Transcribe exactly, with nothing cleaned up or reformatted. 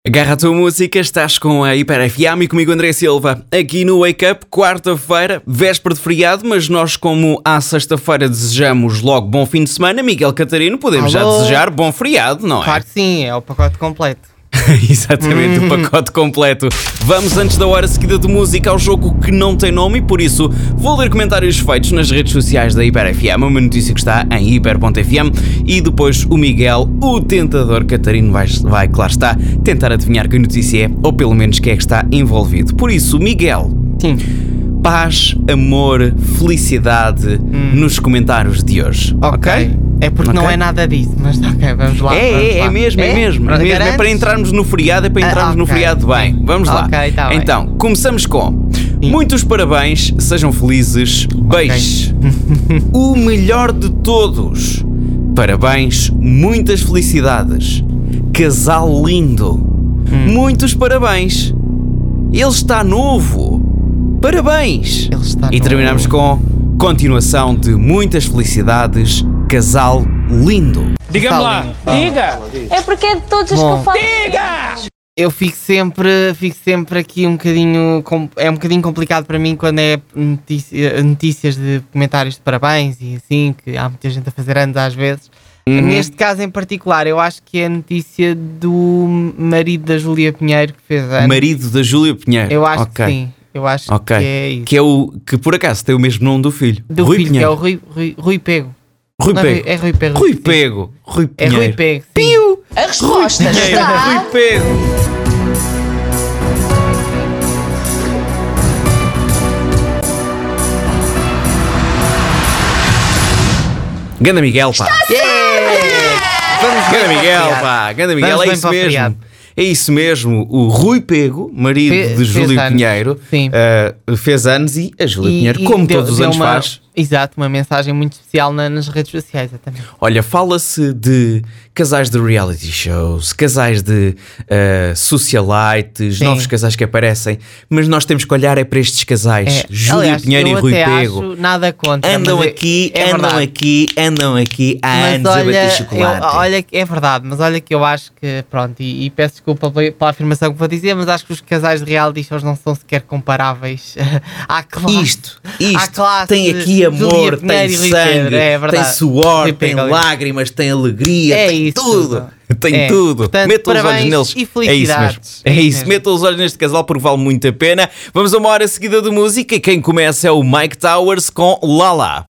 Agarra a tua música, estás com a Hiper F M e comigo André Silva, aqui no Wake Up, quarta-feira, véspera de feriado, mas nós como à sexta-feira desejamos logo bom fim de semana, Miguel Catarino, podemos Alô? já desejar bom feriado, não é? Claro que sim, é o pacote completo. Exatamente, o pacote completo. Vamos antes da hora seguida de música ao jogo que não tem nome e por isso vou ler comentários feitos nas redes sociais da Hiper F M, uma notícia que está em hiper ponto f m e depois o Miguel, o tentador Catarino, vai, vai, claro está, tentar adivinhar que notícia é ou pelo menos quem é que está envolvido. Por isso, Miguel, Sim. paz, amor, felicidade Hum. nos comentários de hoje, ok? É porque Ok. não é nada disso, mas ok, vamos lá. É, vamos é, lá. é mesmo, é, mesmo, é mesmo. É Garantes? para entrarmos no feriado, é para Ah, entrarmos no ok. feriado bem. Vamos lá. Ok, tá bem. Então, começamos com Sim. muitos parabéns, sejam felizes, beijos. O melhor de todos. Parabéns, muitas felicidades. Casal lindo. Hum. Muitos parabéns. Ele está novo. Parabéns. Ele está E terminamos novo. com continuação de muitas felicidades. Casal lindo. Diga-me lá. Diga! É porque é de todos os que Bom. eu falo. Eu fico sempre, fico sempre aqui um bocadinho, com- é um bocadinho complicado para mim quando é notícia- notícias de comentários de parabéns e assim, que há muita gente a fazer anos às vezes. Uhum. Neste caso em particular, eu acho que é a notícia do marido da Júlia Pinheiro que fez anos. Marido da Júlia Pinheiro. Eu acho Ok. que sim, eu acho Ok. que é isso. Que é o que por acaso tem o mesmo nome do filho. Do Rui filho, que é Pinheiro. o Rui, Rui, Rui Pego. Rui Não, Pego. É Rui Pego. Rui sim. Pego. Rui É Pinheiro. Rui Pego. sim. Piu! A resposta Pinheiro. está. Rui Pego. Ganda Miguel, pá. Vamos Ganda bem Miguel, para o pá. Ganda Miguel, Vamos é bem isso para o mesmo. feriado. É isso mesmo. O Rui Pego, marido Fe- de fez Júlia anos. Pinheiro, Sim. uh, fez anos e a Júlia E- Pinheiro, e como deu- todos os deu anos uma- faz. Exato, uma mensagem muito especial na- nas redes sociais, exatamente. Olha, fala-se de casais de reality shows, casais de uh, socialites, Sim. novos casais que aparecem, mas nós temos que olhar é para estes casais, É, Júlia aliás, Pinheiro eu e Rui até Pego. acho nada contra. Andam mas é- aqui, é andam verdade. aqui, andam aqui há Mas anos a olha, bater eu, chocolate. olha, que é verdade, mas olha que eu acho que, pronto, e, e peço desculpa pela, pela afirmação que vou dizer, mas acho que os casais de reality shows não são sequer comparáveis à classe. Isto, à isto, classe tem de aqui amor, Júlia tem Pinheiro e Rui sangue, Pedro, é tem verdade. suor, Rui tem Pego, ali. lágrimas, tem alegria, É tem isso, tudo, tem É. tudo. Portanto, Metam os olhos parabéns neles. e É isso mesmo. felicidades. É É isso isso, mesmo. metam os olhos neste casal porque vale muito a pena. Vamos a uma hora seguida de música e quem começa é o Mike Towers com Lala.